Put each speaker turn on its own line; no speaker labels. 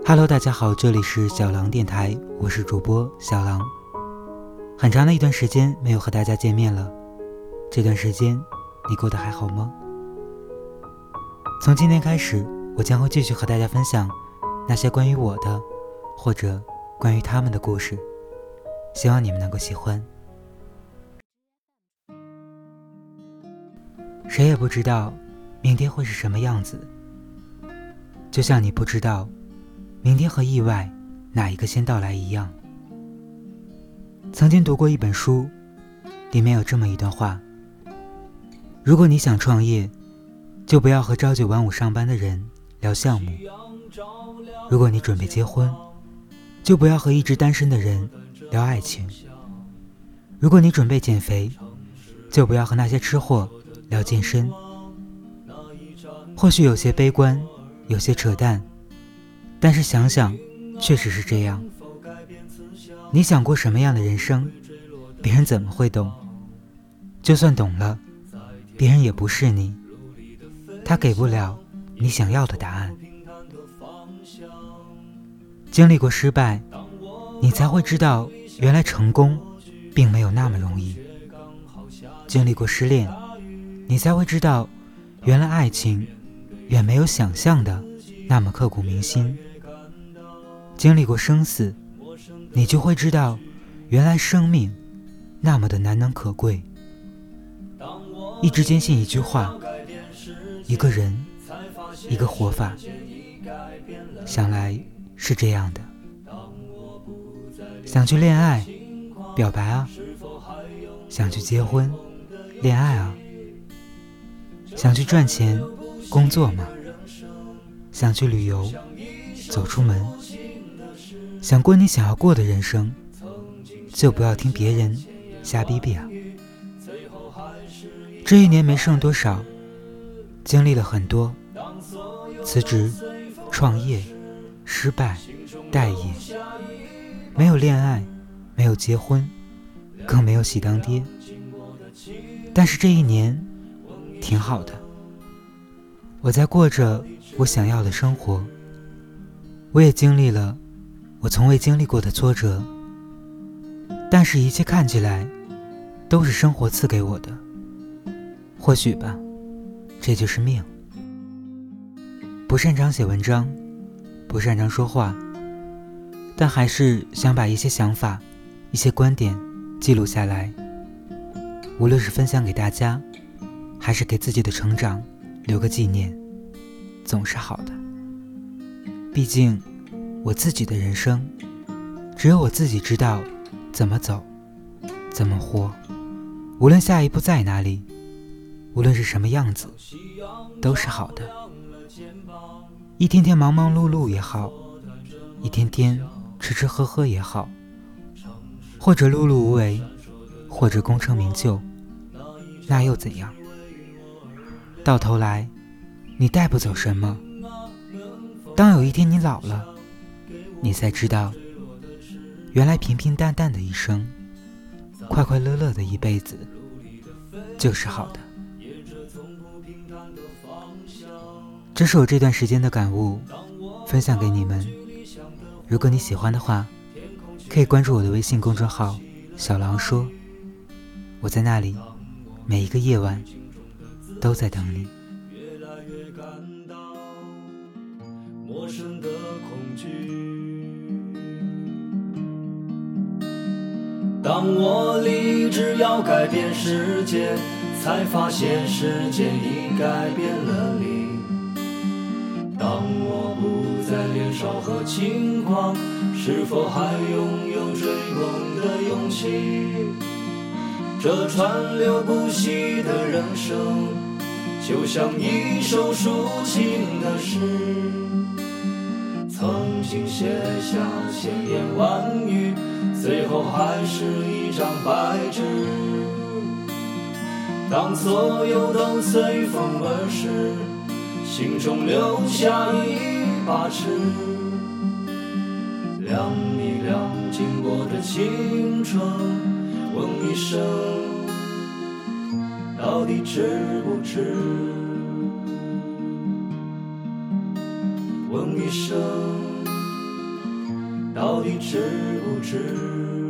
Hello， 大家好，这里是小狼电台，我是主播小狼。很长的一段时间没有和大家见面了，这段时间你过得还好吗？从今天开始，我将会继续和大家分享那些关于我的，或者关于他们的故事，希望你们能够喜欢。谁也不知道明天会是什么样子，就像你不知道明天和意外哪一个先到来一样。曾经读过一本书，里面有这么一段话：如果你想创业，就不要和朝9晚5上班的人聊项目；如果你准备结婚，就不要和一直单身的人聊爱情；如果你准备减肥，就不要和那些吃货聊健身。或许有些悲观，有些扯淡，但是想想确实是这样。你想过什么样的人生，别人怎么会懂？就算懂了，别人也不是你，他给不了你想要的答案。经历过失败，你才会知道原来成功并没有那么容易。经历过失恋，你才会知道原来爱情远没有想象的那么刻骨铭心。经历过生死，你就会知道原来生命那么的难能可贵。一直坚信一句话，一个人一个活法，想来是这样的。想去恋爱，表白啊；想去结婚，恋爱啊；想去赚钱，工作嘛；想去旅游，走出门。想过你想要过的人生，就不要听别人瞎逼逼啊。这一年没剩多少，经历了很多，辞职、创业、失败、待业，没有恋爱，没有结婚，更没有喜当爹。但是这一年挺好的，我在过着我想要的生活，我也经历了我从未经历过的挫折，但是一切看起来都是生活赐给我的。或许吧，这就是命。不擅长写文章，不擅长说话，但还是想把一些想法、一些观点记录下来，无论是分享给大家，还是给自己的成长留个纪念，总是好的。毕竟我自己的人生，只有我自己知道怎么走，怎么活。无论下一步在哪里，无论是什么样子，都是好的。一天天忙忙碌碌也好，一天天吃吃喝喝也好，或者碌碌无为，或者功成名就，那又怎样？到头来你带不走什么。当有一天你老了，你才知道，原来平平淡淡的一生，快快乐乐的一辈子，就是好的。这是我这段时间的感悟，分享给你们。如果你喜欢的话，可以关注我的微信公众号小狼说，我在那里每一个夜晚都在等你。
越来越感到陌生的恐惧，当我立志要改变世界，才发现世界已改变了你。当我不再年少和轻狂，是否还拥有追梦的勇气？这川流不息的人生，就像一首抒情的诗，曾经写下千言万语，最后还是一张白纸。当所有都随风而逝，心中留下一把尺，量一量经过的青春，问一声到底值不值？问一声到底值不值？